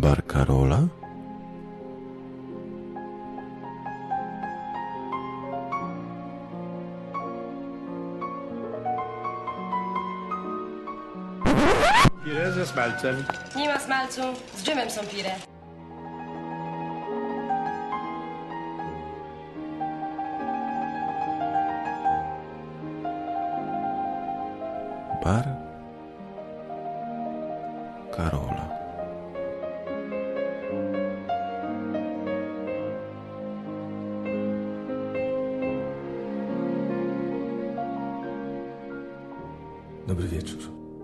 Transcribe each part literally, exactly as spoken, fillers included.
Bar Karola? Pire ze smalcem. Nie ma smalcu, z dżemem są pire. Bar Karola. Dobry wieczór.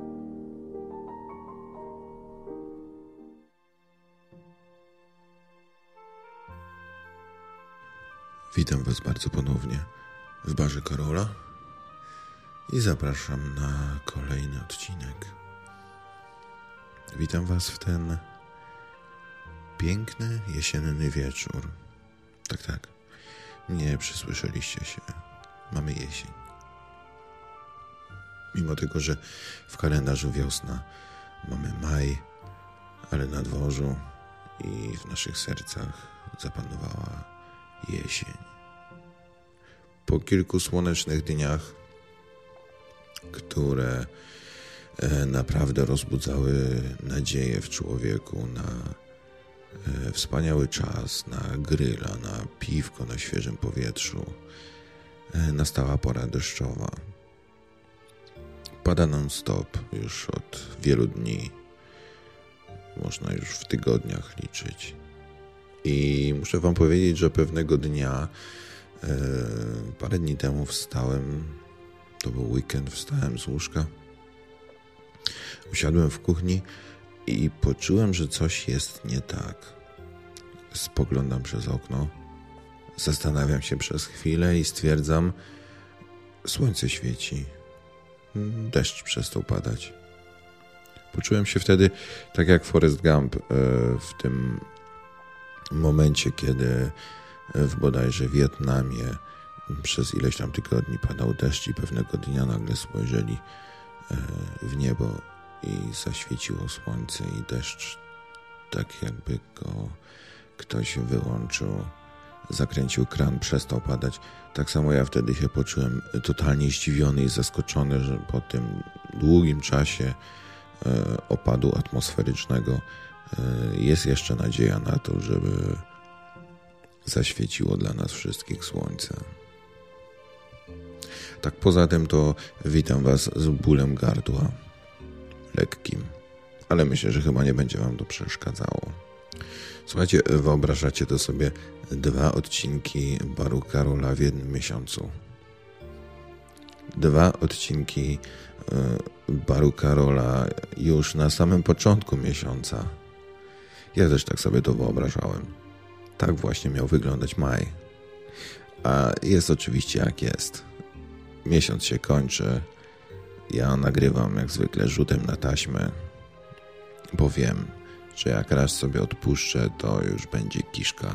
Witam Was bardzo ponownie w Barze Karola i zapraszam na kolejny odcinek. Witam Was w ten piękny, jesienny wieczór. Tak, tak, nie przysłyszeliście się, mamy jesień. Mimo tego, że w kalendarzu wiosna, mamy maj, ale na dworzu i w naszych sercach zapanowała jesień. Po kilku słonecznych dniach, które e, naprawdę rozbudzały nadzieję w człowieku na e, wspaniały czas, na gryla, na piwko na świeżym powietrzu, e, nastała pora deszczowa. Pada non-stop już od wielu dni. Można już w tygodniach liczyć. I muszę wam powiedzieć, że pewnego dnia, e, parę dni temu wstałem, to był weekend, wstałem z łóżka, usiadłem w kuchni i poczułem, że coś jest nie tak. Spoglądam przez okno, zastanawiam się przez chwilę i stwierdzam, słońce świeci, deszcz przestał padać. Poczułem się wtedy tak jak Forrest Gump e, w tym momencie, kiedy w bodajże Wietnamie przez ileś tam tygodni padał deszcz i pewnego dnia nagle spojrzeli w niebo i zaświeciło słońce i deszcz tak jakby go ktoś wyłączył, zakręcił kran, przestał padać. Tak samo ja wtedy się poczułem totalnie zdziwiony i zaskoczony, że po tym długim czasie opadu atmosferycznego jest jeszcze nadzieja na to, żeby zaświeciło dla nas wszystkich słońce. Tak poza tym to witam Was z bólem gardła. Lekkim. Ale myślę, że chyba nie będzie Wam to przeszkadzało. Słuchajcie, wyobrażacie to sobie dwa odcinki Baru Karola w jednym miesiącu. Dwa odcinki Baru Karola już na samym początku miesiąca. Ja też tak sobie to wyobrażałem. Tak właśnie miał wyglądać maj. A jest oczywiście jak jest. Miesiąc się kończy. Ja nagrywam jak zwykle rzutem na taśmę, bo wiem, że jak raz sobie odpuszczę, to już będzie kiszka.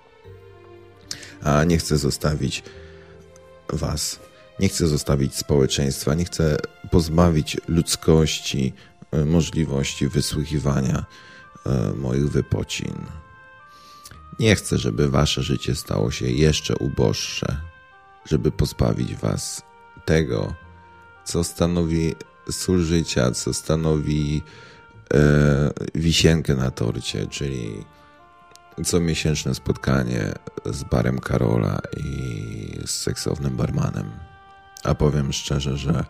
A nie chcę zostawić Was, nie chcę zostawić społeczeństwa, nie chcę pozbawić ludzkości możliwości wysłuchiwania moich wypocin. Nie chcę, żeby wasze życie stało się jeszcze uboższe, żeby pozbawić was tego, co stanowi sól życia, co stanowi e, wisienkę na torcie, czyli comiesięczne spotkanie z Barem Karola i z seksownym barmanem. A powiem szczerze, że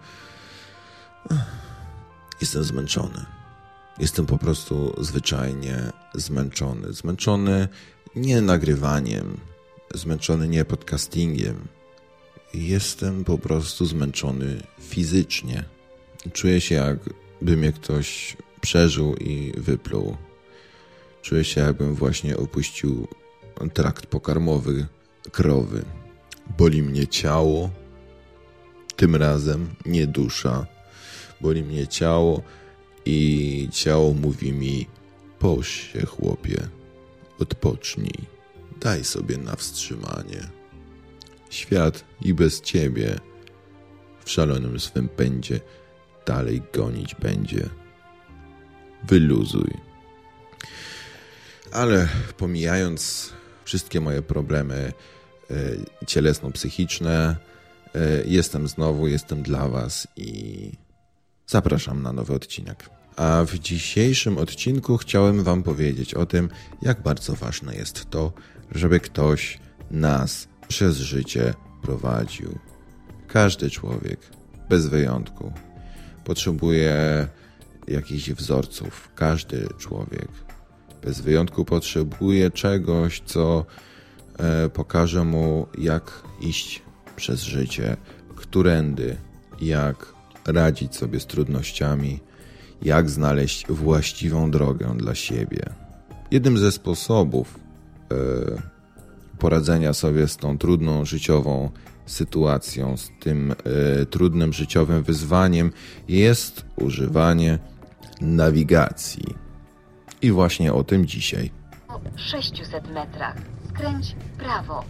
jestem zmęczony. Jestem po prostu zwyczajnie zmęczony. Zmęczony nie nagrywaniem, zmęczony nie podcastingiem. Jestem po prostu zmęczony fizycznie. Czuję się, jakby mnie ktoś przeżył i wypluł. Czuję się, jakbym właśnie opuścił trakt pokarmowy krowy. Boli mnie ciało, tym razem nie dusza. Boli mnie ciało i ciało mówi mi: połóż się, chłopie, odpocznij, daj sobie na wstrzymanie. Świat i bez ciebie w szalonym swym pędzie dalej gonić będzie. Wyluzuj. Ale pomijając wszystkie moje problemy cielesno-psychiczne, jestem znowu, jestem dla Was i zapraszam na nowy odcinek. A w dzisiejszym odcinku chciałem Wam powiedzieć o tym, jak bardzo ważne jest to, żeby ktoś nas przez życie prowadził. Każdy człowiek, bez wyjątku, potrzebuje jakichś wzorców. Każdy człowiek, bez wyjątku, potrzebuje czegoś, co e, pokaże mu, jak iść przez życie, którędy, jak radzić sobie z trudnościami, jak znaleźć właściwą drogę dla siebie. Jednym ze sposobów e, poradzenia sobie z tą trudną życiową sytuacją, z tym e, trudnym życiowym wyzwaniem jest używanie nawigacji. I właśnie o tym dzisiaj. Po sześciuset metrach skręć w prawo.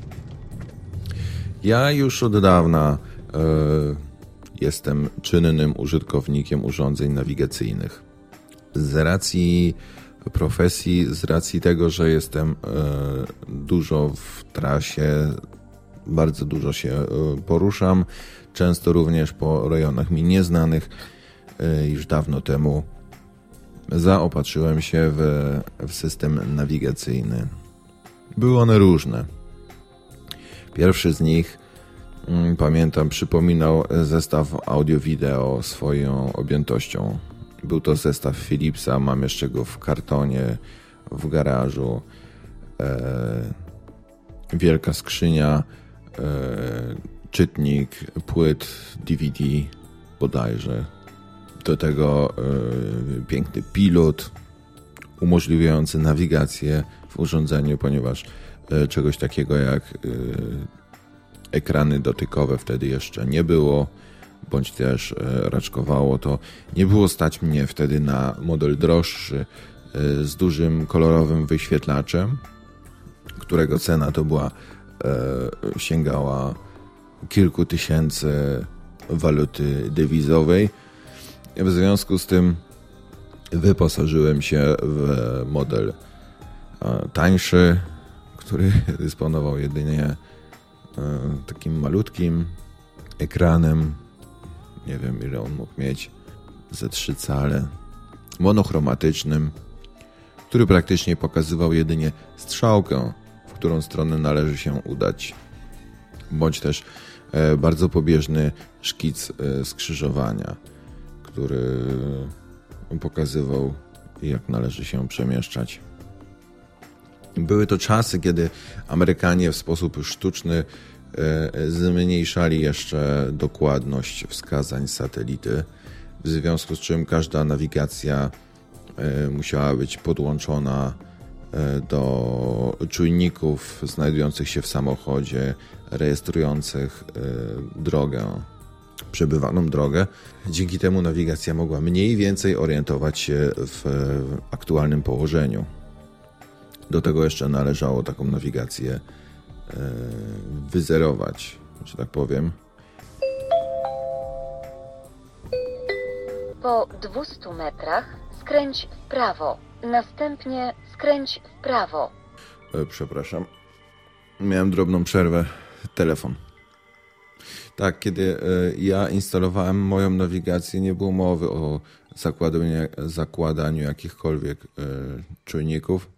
Ja już od dawna e, jestem czynnym użytkownikiem urządzeń nawigacyjnych. Z racji profesji, z racji tego, że jestem e, dużo w trasie, bardzo dużo się e, poruszam, często również po rejonach mi nieznanych, e, już dawno temu zaopatrzyłem się w, w system nawigacyjny. Były one różne. Pierwszy z nich, pamiętam, przypominał zestaw audio-wideo swoją objętością. Był to zestaw Philipsa, mam jeszcze go w kartonie, w garażu. E, wielka skrzynia, e, czytnik płyt D V D bodajże. Do tego e, piękny pilot umożliwiający nawigację w urządzeniu, ponieważ e, czegoś takiego jak e, ekrany dotykowe wtedy jeszcze nie było, bądź też e, raczkowało to. Nie było stać mnie wtedy na model droższy e, z dużym kolorowym wyświetlaczem, którego cena to była e, sięgała kilku tysięcy waluty dewizowej. W związku z tym wyposażyłem się w model tańszy, który dysponował jedynie takim malutkim ekranem. Nie wiem, ile on mógł mieć, ze trzy cale, monochromatycznym, który praktycznie pokazywał jedynie strzałkę, w którą stronę należy się udać, bądź też bardzo pobieżny szkic skrzyżowania, który pokazywał, jak należy się przemieszczać. Były to czasy, kiedy Amerykanie w sposób sztuczny zmniejszali jeszcze dokładność wskazań satelity, w związku z czym każda nawigacja musiała być podłączona do czujników znajdujących się w samochodzie, rejestrujących drogę, przebywaną drogę. Dzięki temu nawigacja mogła mniej więcej orientować się w aktualnym położeniu. Do tego jeszcze należało taką nawigację e, wyzerować, że tak powiem. Po dwustu metrach skręć w prawo. Następnie skręć w prawo. E, przepraszam. Miałem drobną przerwę. Telefon. Tak, kiedy ja instalowałem moją nawigację, nie było mowy o zakładaniu, zakładaniu jakichkolwiek czujników,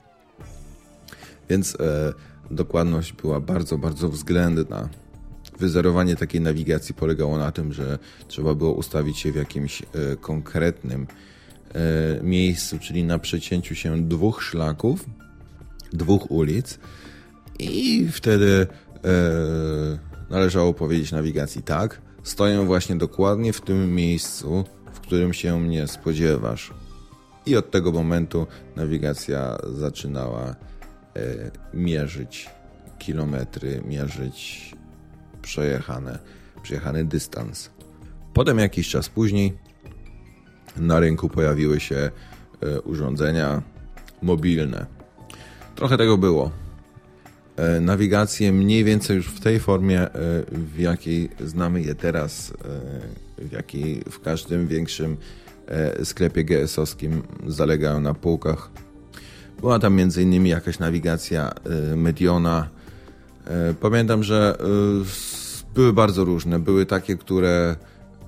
więc dokładność była bardzo, bardzo względna. Wyzerowanie takiej nawigacji polegało na tym, że trzeba było ustawić się w jakimś konkretnym miejscu, czyli na przecięciu się dwóch szlaków, dwóch ulic, i wtedy należało powiedzieć nawigacji: tak, stoję właśnie dokładnie w tym miejscu, w którym się mnie spodziewasz. I od tego momentu nawigacja zaczynała e, mierzyć kilometry, mierzyć przejechane, przejechany dystans. Potem jakiś czas później na rynku pojawiły się e, urządzenia mobilne. Trochę tego było. Nawigacje mniej więcej już w tej formie, w jakiej znamy je teraz, w jakiej w każdym większym sklepie G S owskim zalegają na półkach, Była tam między innymi jakaś nawigacja Mediona. Pamiętam, że były bardzo różne. Były takie, które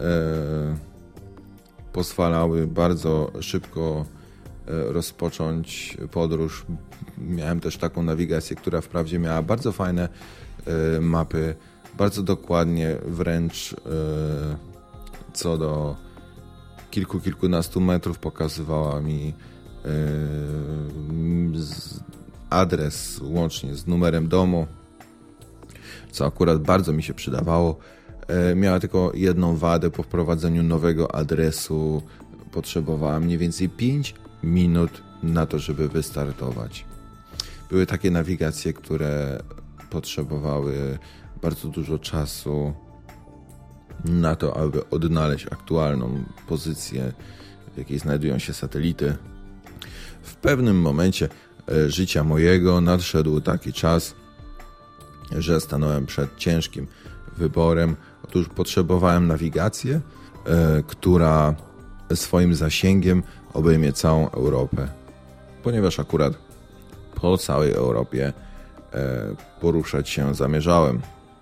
pozwalały bardzo szybko rozpocząć podróż. Miałem też taką nawigację, która wprawdzie miała bardzo fajne mapy, bardzo dokładnie, wręcz co do kilku, kilkunastu metrów pokazywała mi adres łącznie z numerem domu, co akurat bardzo mi się przydawało. Miała tylko jedną wadę: po wprowadzeniu nowego adresu potrzebowała mniej więcej pięć minut na to, żeby wystartować. Były takie nawigacje, które potrzebowały bardzo dużo czasu na to, aby odnaleźć aktualną pozycję, w jakiej znajdują się satelity. W pewnym momencie życia mojego nadszedł taki czas, że stanąłem przed ciężkim wyborem. Otóż potrzebowałem nawigację, która swoim zasięgiem obejmie całą Europę, ponieważ akurat po całej Europie poruszać się zamierzałem.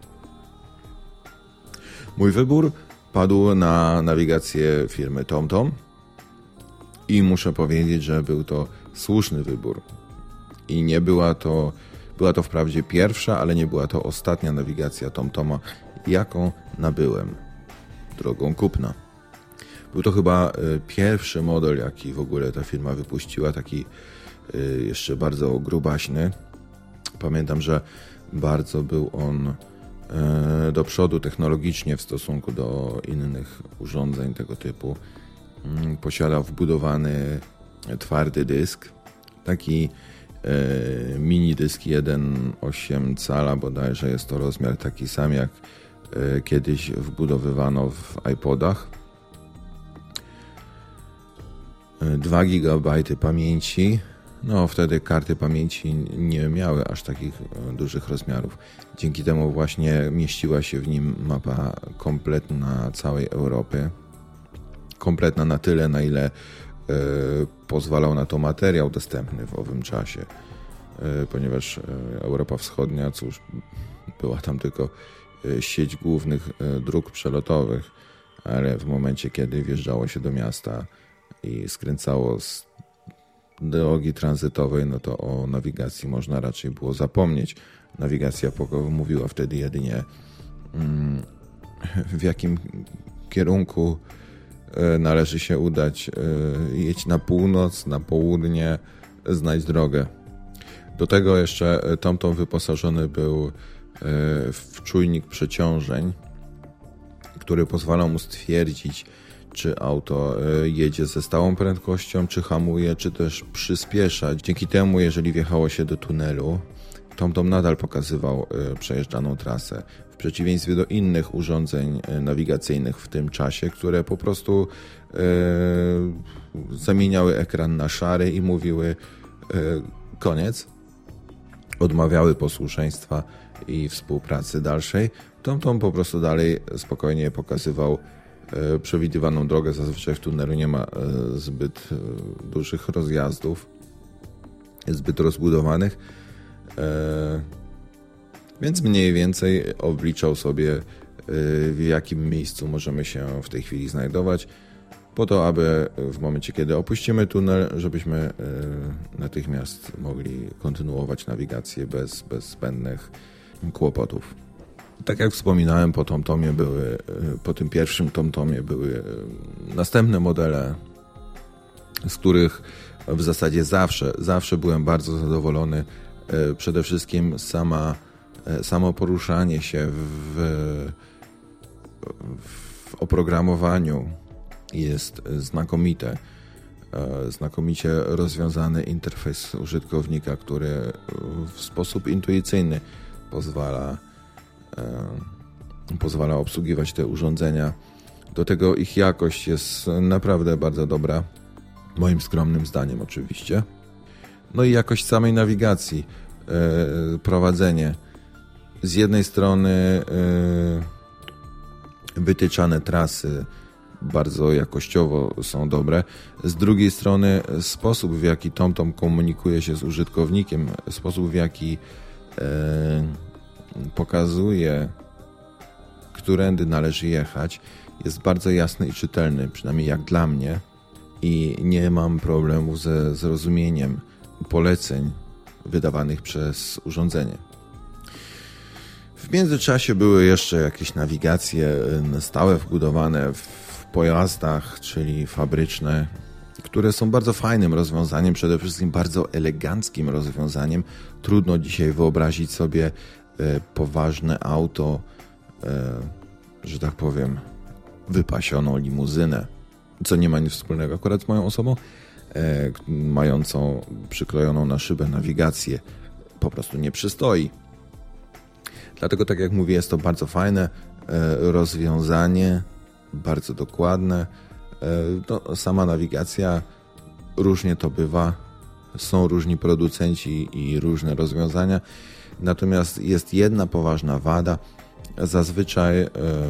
Mój wybór padł na nawigację firmy TomTom i muszę powiedzieć, że był to słuszny wybór. I nie była to, była to wprawdzie pierwsza, ale nie była to ostatnia nawigacja TomToma, jaką nabyłem drogą kupna. Był to chyba pierwszy model, jaki w ogóle ta firma wypuściła, taki jeszcze bardzo grubaśny. Pamiętam, że bardzo był on do przodu technologicznie w stosunku do innych urządzeń tego typu. Posiadał wbudowany twardy dysk, taki mini dysk jeden przecinek osiem cala, bodajże jest to rozmiar taki sam, jak kiedyś wbudowywano w iPodach. dwa gigabajty pamięci. No, wtedy karty pamięci nie miały aż takich dużych rozmiarów. Dzięki temu właśnie mieściła się w nim mapa kompletna całej Europy. Kompletna na tyle, na ile y, pozwalał na to materiał dostępny w owym czasie. Y, ponieważ y, Europa Wschodnia, cóż, była tam tylko y, sieć głównych y, dróg przelotowych, ale w momencie, kiedy wjeżdżało się do miasta i skręcało z drogi tranzytowej, no to o nawigacji można raczej było zapomnieć. Nawigacja mówiła wtedy jedynie w jakim kierunku należy się udać. Jedź na północ, na południe, znajdź drogę. Do tego jeszcze TomTom wyposażony był w czujnik przeciążeń, który pozwalał mu stwierdzić, czy auto jedzie ze stałą prędkością, czy hamuje, czy też przyspiesza. Dzięki temu, jeżeli wjechało się do tunelu, TomTom nadal pokazywał przejeżdżaną trasę. W przeciwieństwie do innych urządzeń nawigacyjnych w tym czasie, które po prostu e, zamieniały ekran na szary i mówiły e, koniec, odmawiały posłuszeństwa i współpracy dalszej. TomTom po prostu dalej spokojnie pokazywał przewidywaną drogę. Zazwyczaj w tunelu nie ma zbyt dużych rozjazdów, zbyt rozbudowanych, więc mniej więcej obliczał sobie, w jakim miejscu możemy się w tej chwili znajdować, po to, aby w momencie, kiedy opuścimy tunel, żebyśmy natychmiast mogli kontynuować nawigację bez, bez zbędnych kłopotów. Tak jak wspominałem, po TomTomie były, po tym pierwszym TomTomie były następne modele, z których w zasadzie zawsze, zawsze byłem bardzo zadowolony. Przede wszystkim sama, samo poruszanie się w, w oprogramowaniu jest znakomite. Znakomicie rozwiązany interfejs użytkownika, który w sposób intuicyjny pozwala pozwala obsługiwać te urządzenia. Do tego ich jakość jest naprawdę bardzo dobra, moim skromnym zdaniem oczywiście. No i jakość samej nawigacji, prowadzenie. Z jednej strony wytyczane trasy bardzo jakościowo są dobre. Z drugiej strony sposób, w jaki TomTom komunikuje się z użytkownikiem, sposób, w jaki e, pokazuje, którędy należy jechać, jest bardzo jasny i czytelny, przynajmniej jak dla mnie, i nie mam problemu ze zrozumieniem poleceń wydawanych przez urządzenie. W międzyczasie były jeszcze jakieś nawigacje stałe wbudowane w pojazdach, czyli fabryczne, które są bardzo fajnym rozwiązaniem, przede wszystkim bardzo eleganckim rozwiązaniem. Trudno dzisiaj wyobrazić sobie poważne auto, że tak powiem, wypasioną limuzynę, co nie ma nic wspólnego akurat z moją osobą, mającą przyklejoną na szybę nawigację. Po prostu nie przystoi. Dlatego, tak jak mówię, jest to bardzo fajne rozwiązanie, bardzo dokładne. No, sama nawigacja, różnie to bywa. Są różni producenci i różne rozwiązania. Natomiast jest jedna poważna wada. Zazwyczaj,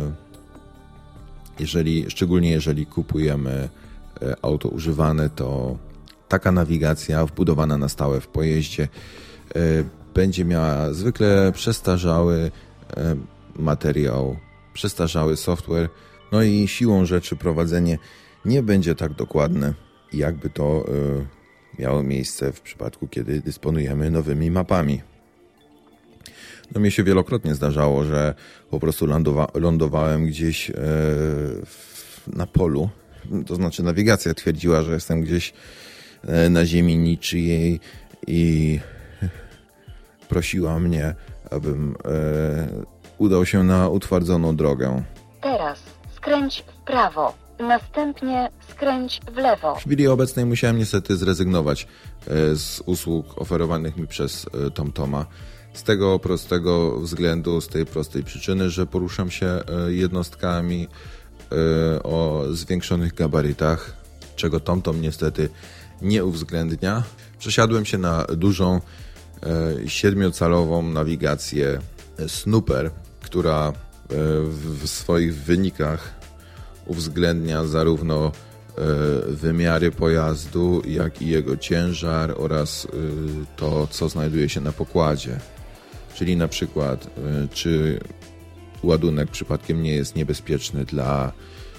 jeżeli, szczególnie jeżeli kupujemy auto używane, to taka nawigacja wbudowana na stałe w pojeździe będzie miała zwykle przestarzały materiał, przestarzały software, no i siłą rzeczy prowadzenie nie będzie tak dokładne, jakby to miało miejsce w przypadku, kiedy dysponujemy nowymi mapami. No mnie się wielokrotnie zdarzało, że po prostu lądowa- lądowałem gdzieś na polu, to znaczy nawigacja twierdziła, że jestem gdzieś na ziemi niczyjej i prosiła mnie, abym e, udał się na utwardzoną drogę. Teraz skręć w prawo, następnie skręć w lewo. W chwili obecnej musiałem niestety zrezygnować e, z usług oferowanych mi przez e, TomToma. Z tego prostego względu, z tej prostej przyczyny, że poruszam się e, jednostkami e, o zwiększonych gabarytach, czego TomTom niestety nie uwzględnia. Przesiadłem się na dużą siedmiocalową nawigację Snooper, która w swoich wynikach uwzględnia zarówno wymiary pojazdu, jak i jego ciężar oraz to, co znajduje się na pokładzie. Czyli na przykład, czy ładunek przypadkiem nie jest niebezpieczny dla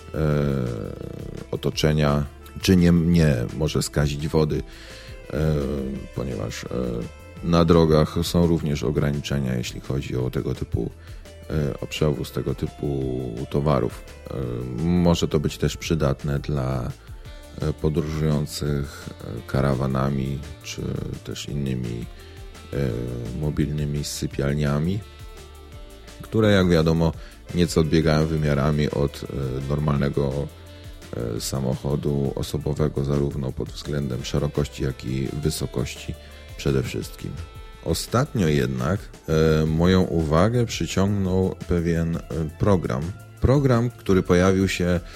otoczenia, czy nie, nie może skazić wody, ponieważ na drogach są również ograniczenia, jeśli chodzi o tego typu, o przewóz tego typu towarów. Może to być też przydatne dla podróżujących karawanami, czy też innymi mobilnymi sypialniami, które, jak wiadomo, nieco odbiegają wymiarami od normalnego samochodu osobowego, zarówno pod względem szerokości, jak i wysokości przede wszystkim. Ostatnio jednak e, moją uwagę przyciągnął pewien program. Program, który pojawił się e,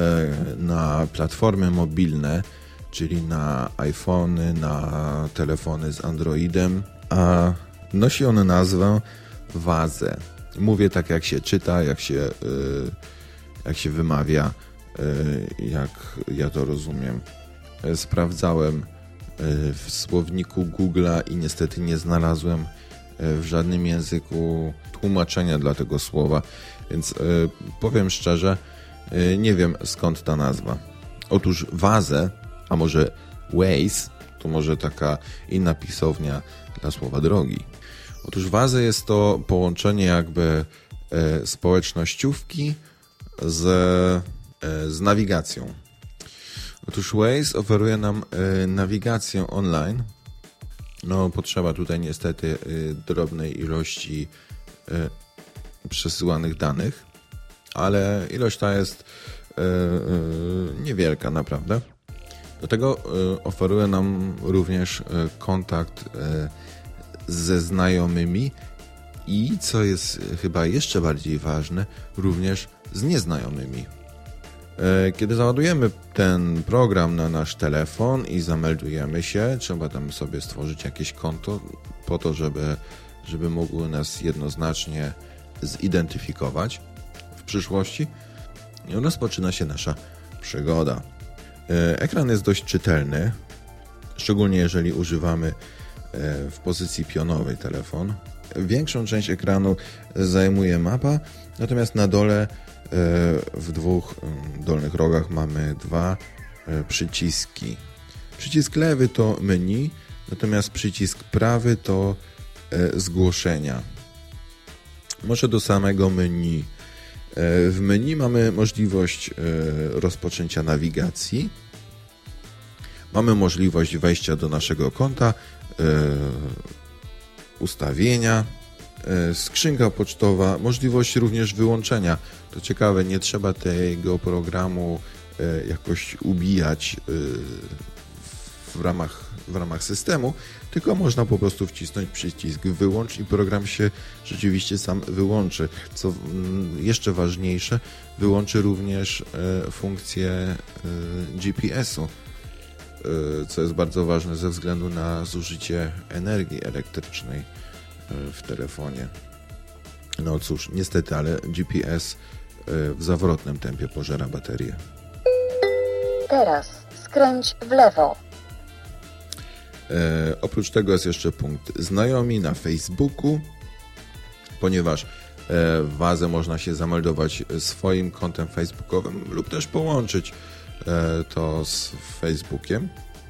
na platformy mobilne, czyli na iPhony, na telefony z Androidem, a nosi on nazwę Waze. Mówię tak, jak się czyta, jak się, e, jak się wymawia, e, jak ja to rozumiem. E, sprawdzałem w słowniku Google'a i niestety nie znalazłem w żadnym języku tłumaczenia dla tego słowa, więc powiem szczerze, nie wiem skąd ta nazwa. Otóż Waze, a może Waze, to może taka inna pisownia dla słowa drogi. Otóż Waze jest to połączenie jakby społecznościówki z, z nawigacją. Otóż Waze oferuje nam y, nawigację online. No, potrzeba tutaj niestety y, drobnej ilości y, przesyłanych danych, ale ilość ta jest y, y, niewielka naprawdę. Do tego y, oferuje nam również y, kontakt y, ze znajomymi i, co jest chyba jeszcze bardziej ważne, również z nieznajomymi. Kiedy załadujemy ten program na nasz telefon i zameldujemy się, trzeba tam sobie stworzyć jakieś konto po to, żeby, żeby mógł nas jednoznacznie zidentyfikować w przyszłości. I rozpoczyna się nasza przygoda. Ekran jest dość czytelny, szczególnie jeżeli używamy w pozycji pionowej telefon. Większą część ekranu zajmuje mapa, natomiast na dole w dwóch dolnych rogach mamy dwa przyciski. Przycisk lewy to menu, natomiast przycisk prawy to zgłoszenia. Może do samego menu. W menu mamy możliwość rozpoczęcia nawigacji. Mamy możliwość wejścia do naszego konta, ustawienia, skrzynka pocztowa, możliwość również wyłączenia. To ciekawe, nie trzeba tego programu jakoś ubijać w ramach, w ramach systemu, tylko można po prostu wcisnąć przycisk wyłącz i program się rzeczywiście sam wyłączy. Co jeszcze ważniejsze, wyłączy również funkcję G P S-u, co jest bardzo ważne ze względu na zużycie energii elektrycznej w telefonie. No cóż, niestety, ale G P S w zawrotnym tempie pożera baterię. Teraz skręć w lewo. E, oprócz tego jest jeszcze punkt znajomi na Facebooku, ponieważ e, w Wazę można się zameldować swoim kontem facebookowym lub też połączyć e, to z Facebookiem.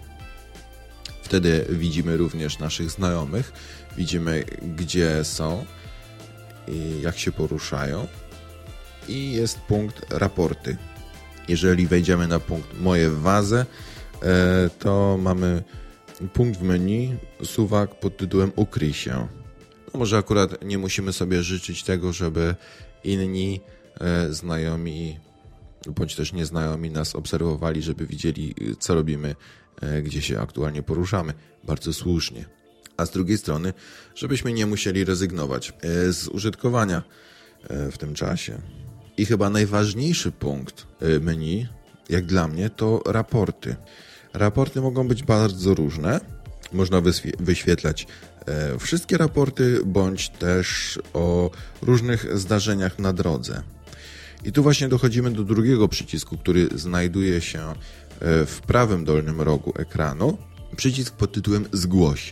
Wtedy widzimy również naszych znajomych, widzimy gdzie są i jak się poruszają. I jest punkt raporty. Jeżeli wejdziemy na punkt moje w Wazę, e, to mamy punkt w menu, suwak pod tytułem ukryj się. No może akurat nie musimy sobie życzyć tego, żeby inni e, znajomi bądź też nieznajomi nas obserwowali, żeby widzieli, co robimy, e, gdzie się aktualnie poruszamy. Bardzo słusznie. A z drugiej strony, żebyśmy nie musieli rezygnować e, z użytkowania e, w tym czasie. I chyba najważniejszy punkt e, menu, jak dla mnie, to raporty. Raporty mogą być bardzo różne. Można wyświetlać e, wszystkie raporty, bądź też o różnych zdarzeniach na drodze. I tu właśnie dochodzimy do drugiego przycisku, który znajduje się e, w prawym dolnym rogu ekranu. Przycisk pod tytułem zgłoś.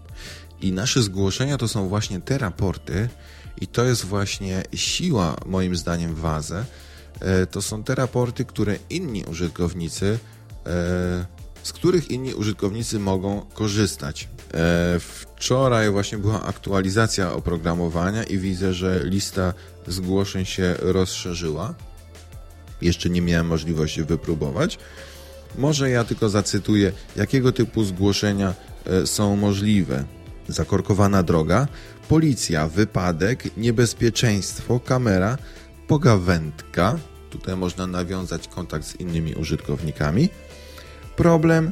I nasze zgłoszenia to są właśnie te raporty i to jest właśnie siła, moim zdaniem, Wazę. E, to są te raporty, które inni użytkownicy e, z których inni użytkownicy mogą korzystać. E, wczoraj właśnie była aktualizacja oprogramowania i widzę, że lista zgłoszeń się rozszerzyła. Jeszcze nie miałem możliwości wypróbować. Może ja tylko zacytuję, jakiego typu zgłoszenia e, są możliwe. Zakorkowana droga, policja, wypadek, niebezpieczeństwo, kamera, pogawędka. Tutaj można nawiązać kontakt z innymi użytkownikami. Problem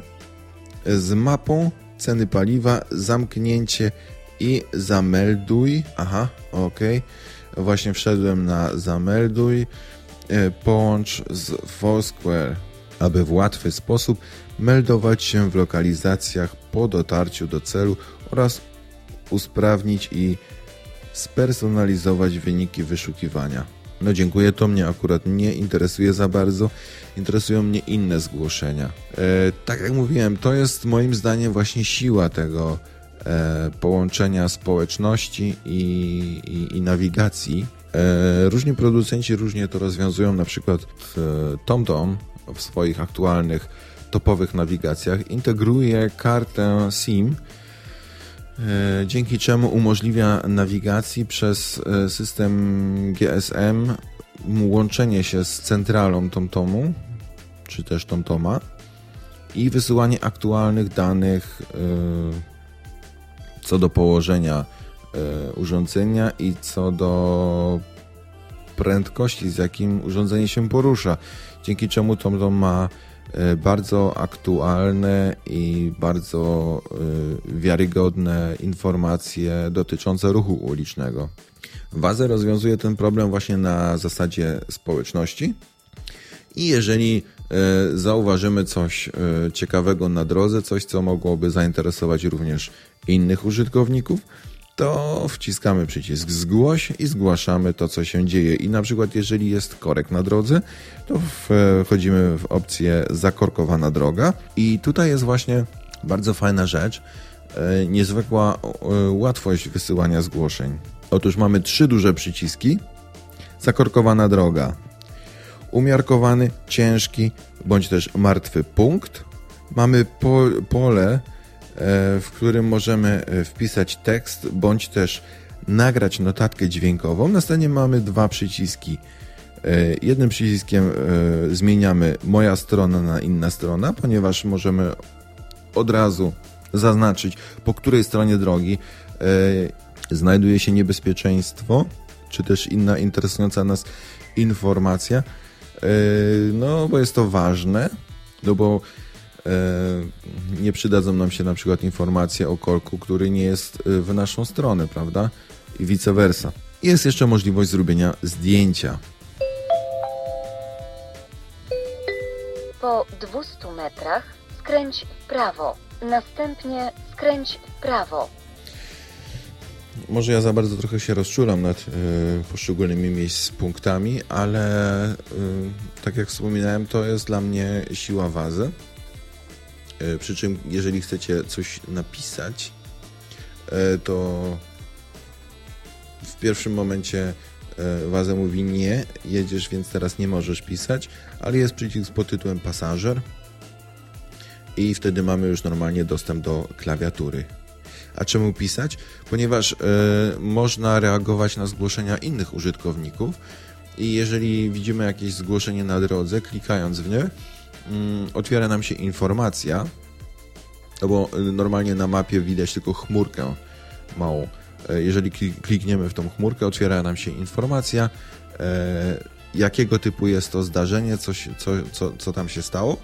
z mapą, ceny paliwa, zamknięcie i zamelduj. Aha, ok. Właśnie wszedłem na zamelduj. Połącz z Foursquare, aby w łatwy sposób meldować się w lokalizacjach po dotarciu do celu oraz usprawnić i spersonalizować wyniki wyszukiwania. No dziękuję, to mnie akurat nie interesuje za bardzo, interesują mnie inne zgłoszenia. E, tak jak mówiłem, to jest moim zdaniem właśnie siła tego e, połączenia społeczności i, i, i nawigacji. E, różni producenci różnie to rozwiązują, na przykład w TomTom w swoich aktualnych topowych nawigacjach integruje kartę SIM, dzięki czemu umożliwia nawigacji przez system G S M łączenie się z centralą TomTomu, czy też TomToma i wysyłanie aktualnych danych co do położenia urządzenia i co do prędkości, z jakim urządzenie się porusza, dzięki czemu TomTom ma bardzo aktualne i bardzo wiarygodne informacje dotyczące ruchu ulicznego. Wazę rozwiązuje ten problem właśnie na zasadzie społeczności i jeżeli zauważymy coś ciekawego na drodze, coś co mogłoby zainteresować również innych użytkowników, to wciskamy przycisk zgłoś i zgłaszamy to, co się dzieje. I na przykład jeżeli jest korek na drodze, to wchodzimy w opcję zakorkowana droga i tutaj jest właśnie bardzo fajna rzecz, niezwykła łatwość wysyłania zgłoszeń. Otóż mamy trzy duże przyciski. Zakorkowana droga, umiarkowany, ciężki bądź też martwy punkt. Mamy po, pole, w którym możemy wpisać tekst bądź też nagrać notatkę dźwiękową. Następnie mamy dwa przyciski. Jednym przyciskiem zmieniamy moja strona na inna strona, ponieważ możemy od razu zaznaczyć, po której stronie drogi znajduje się niebezpieczeństwo, czy też inna interesująca nas informacja. No, bo jest to ważne, no bo nie przydadzą nam się na przykład informacje o korku, który nie jest w naszą stronę, prawda? I vice versa. Jest jeszcze możliwość zrobienia zdjęcia. Po dwustu metrach skręć w prawo. Następnie skręć w prawo. Może ja za bardzo trochę się rozczulam nad y, poszczególnymi miejsc punktami, ale y, tak jak wspominałem, to jest dla mnie siła wazy. Y, przy czym jeżeli chcecie coś napisać, y, to w pierwszym momencie y, waza mówi nie, jedziesz, więc teraz nie możesz pisać, ale jest przycisk pod tytułem pasażer i wtedy mamy już normalnie dostęp do klawiatury. A czemu pisać? Ponieważ y, można reagować na zgłoszenia innych użytkowników i jeżeli widzimy jakieś zgłoszenie na drodze, klikając w nie, y, otwiera nam się informacja, no bo y, normalnie na mapie widać tylko chmurkę małą. Y, jeżeli klikniemy w tą chmurkę, otwiera nam się informacja, y, jakiego typu jest to zdarzenie, coś, co, co, co tam się stało.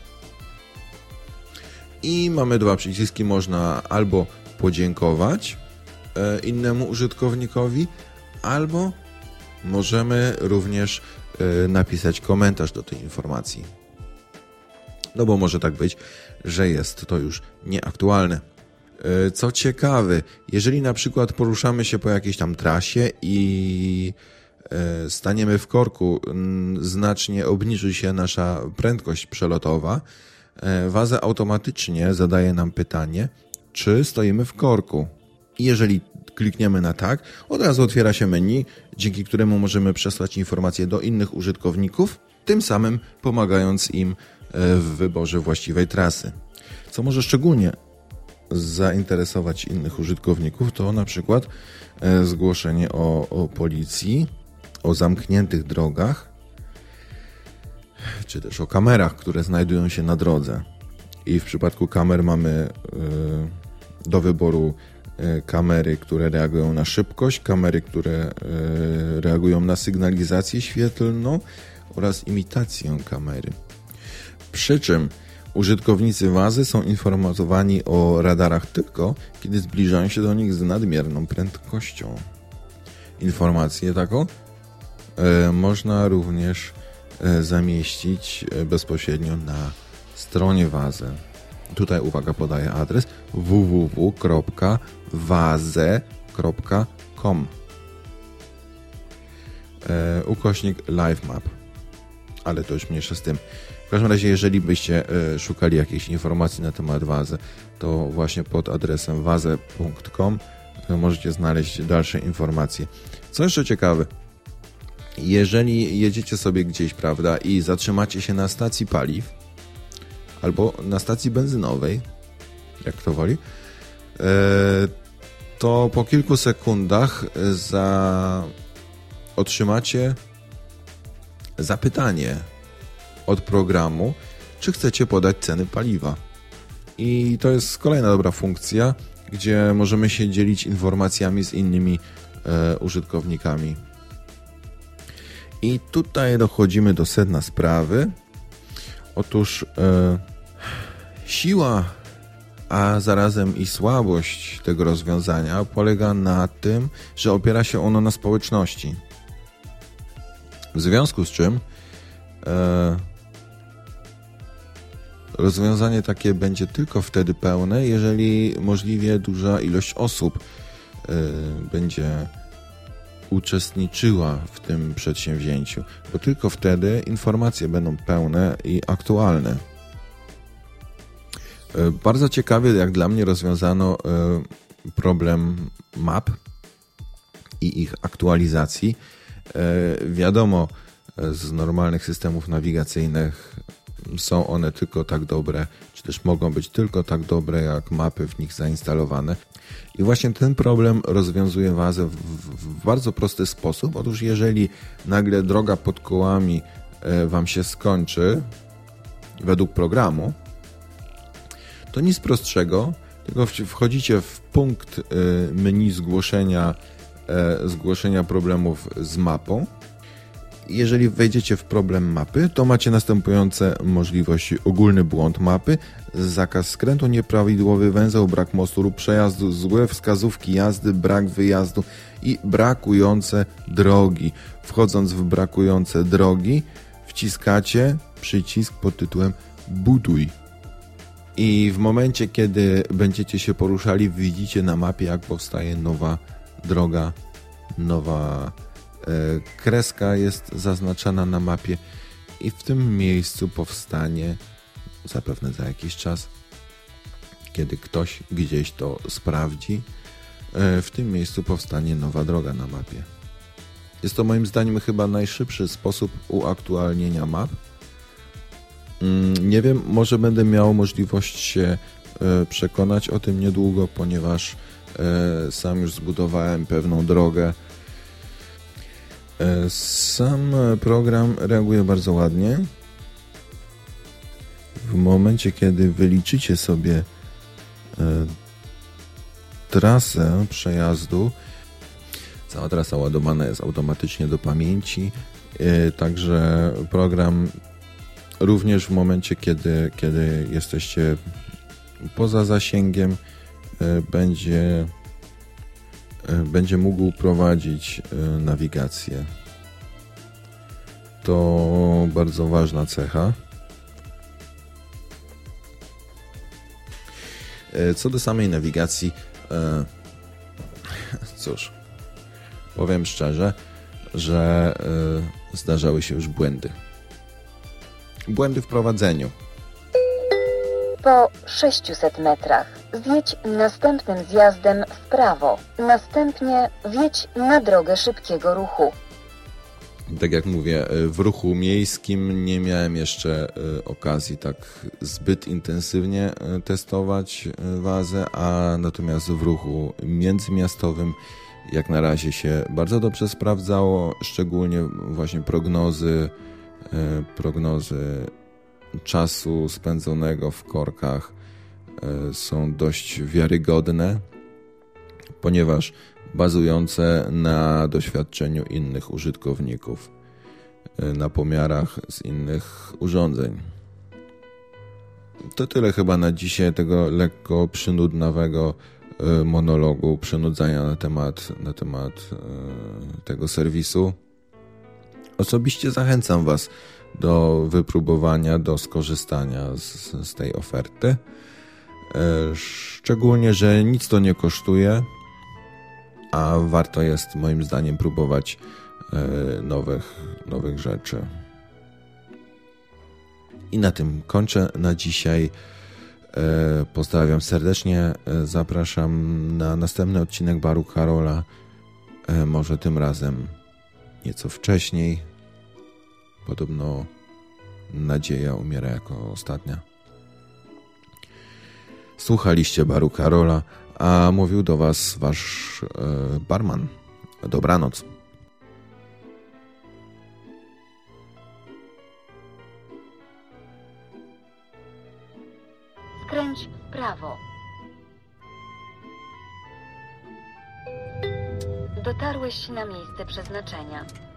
I mamy dwa przyciski, można albo podziękować e, innemu użytkownikowi, albo możemy również e, napisać komentarz do tej informacji. No bo może tak być, że jest to już nieaktualne. E, co ciekawe, jeżeli na przykład poruszamy się po jakiejś tam trasie i e, staniemy w korku, m, znacznie obniży się nasza prędkość przelotowa, e, waza automatycznie zadaje nam pytanie, czy stoimy w korku. I jeżeli klikniemy na tak, od razu otwiera się menu, dzięki któremu możemy przesłać informacje do innych użytkowników, tym samym pomagając im w wyborze właściwej trasy. Co może szczególnie zainteresować innych użytkowników, to na przykład zgłoszenie o, o policji, o zamkniętych drogach, czy też o kamerach, które znajdują się na drodze. I w przypadku kamer mamy yy, do wyboru yy, kamery, które reagują na szybkość, kamery, które yy, reagują na sygnalizację świetlną oraz imitację kamery. Przy czym użytkownicy wazy są informowani o radarach tylko, kiedy zbliżają się do nich z nadmierną prędkością. Informację taką yy, można również yy, zamieścić yy, bezpośrednio na stronie wazy. Tutaj uwaga, podaję adres w w w kropka waze kropka com e, ukośnik live map. Ale to już mniejsza z tym. W każdym razie, jeżeli byście e, szukali jakiejś informacji na temat wazy, to właśnie pod adresem waze kropka com e, możecie znaleźć dalsze informacje. Co jeszcze ciekawe, jeżeli jedziecie sobie gdzieś, prawda, i zatrzymacie się na stacji paliw, albo na stacji benzynowej, jak kto woli, to po kilku sekundach za... otrzymacie zapytanie od programu, czy chcecie podać ceny paliwa. I to jest kolejna dobra funkcja, gdzie możemy się dzielić informacjami z innymi e, użytkownikami. I tutaj dochodzimy do sedna sprawy. Otóż e, siła, a zarazem i słabość tego rozwiązania polega na tym, że opiera się ono na społeczności. W związku z czym e, rozwiązanie takie będzie tylko wtedy pełne, jeżeli możliwie duża ilość osób będzie uczestniczyła w tym przedsięwzięciu, bo tylko wtedy informacje będą pełne i aktualne. Bardzo ciekawie, jak dla mnie, rozwiązano problem map i ich aktualizacji. Wiadomo, z normalnych systemów nawigacyjnych są one tylko tak dobre, czy też mogą być tylko tak dobre, jak mapy w nich zainstalowane. I właśnie ten problem rozwiązuje Wazę w, w bardzo prosty sposób. Otóż jeżeli nagle droga pod kołami Wam się skończy według programu, to nic prostszego, tylko wchodzicie w punkt menu zgłoszenia, zgłoszenia problemów z mapą. Jeżeli wejdziecie w problem mapy, to macie następujące możliwości: ogólny błąd mapy, zakaz skrętu, nieprawidłowy węzeł, brak mostu lub przejazdu, złe wskazówki jazdy, brak wyjazdu i brakujące drogi. Wchodząc w brakujące drogi, wciskacie przycisk pod tytułem buduj. I w momencie, kiedy będziecie się poruszali, widzicie na mapie, jak powstaje nowa droga, nowa kreska jest zaznaczana na mapie i w tym miejscu powstanie, zapewne za jakiś czas, kiedy ktoś gdzieś to sprawdzi, w tym miejscu powstanie nowa droga na mapie. Jest to moim zdaniem chyba najszybszy sposób uaktualnienia map. Nie wiem, może będę miał możliwość się przekonać o tym niedługo, ponieważ sam już zbudowałem pewną drogę. Sam program reaguje bardzo ładnie. W momencie, kiedy wyliczycie sobie trasę przejazdu, cała trasa ładowana jest automatycznie do pamięci, także program również w momencie, kiedy, kiedy jesteście poza zasięgiem, będzie będzie mógł prowadzić nawigację. To bardzo ważna cecha. Co do samej nawigacji, cóż, powiem szczerze, że zdarzały się już błędy. Błędy w prowadzeniu. Po sześciuset metrach zjedź następnym zjazdem w prawo. Następnie wjedź na drogę szybkiego ruchu. Tak jak mówię, w ruchu miejskim nie miałem jeszcze okazji tak zbyt intensywnie testować Wazę, a natomiast w ruchu międzymiastowym jak na razie się bardzo dobrze sprawdzało, szczególnie właśnie prognozy, prognozy czasu spędzonego w korkach są dość wiarygodne, ponieważ bazujące na doświadczeniu innych użytkowników, na pomiarach z innych urządzeń. To tyle chyba na dzisiaj tego lekko przynudnawego monologu, przynudzania na temat, na temat tego serwisu. Osobiście zachęcam Was do wypróbowania, do skorzystania z, z tej oferty. Szczególnie, że nic to nie kosztuje, a warto jest moim zdaniem próbować nowych, nowych rzeczy. I na tym kończę na dzisiaj. Pozdrawiam serdecznie. Zapraszam na następny odcinek Baru Karola. Może tym razem nieco wcześniej. Podobno nadzieja umiera jako ostatnia. Słuchaliście Baru Karola, a mówił do Was Wasz e, barman. Dobranoc. Skręć w prawo. Dotarłeś na miejsce przeznaczenia.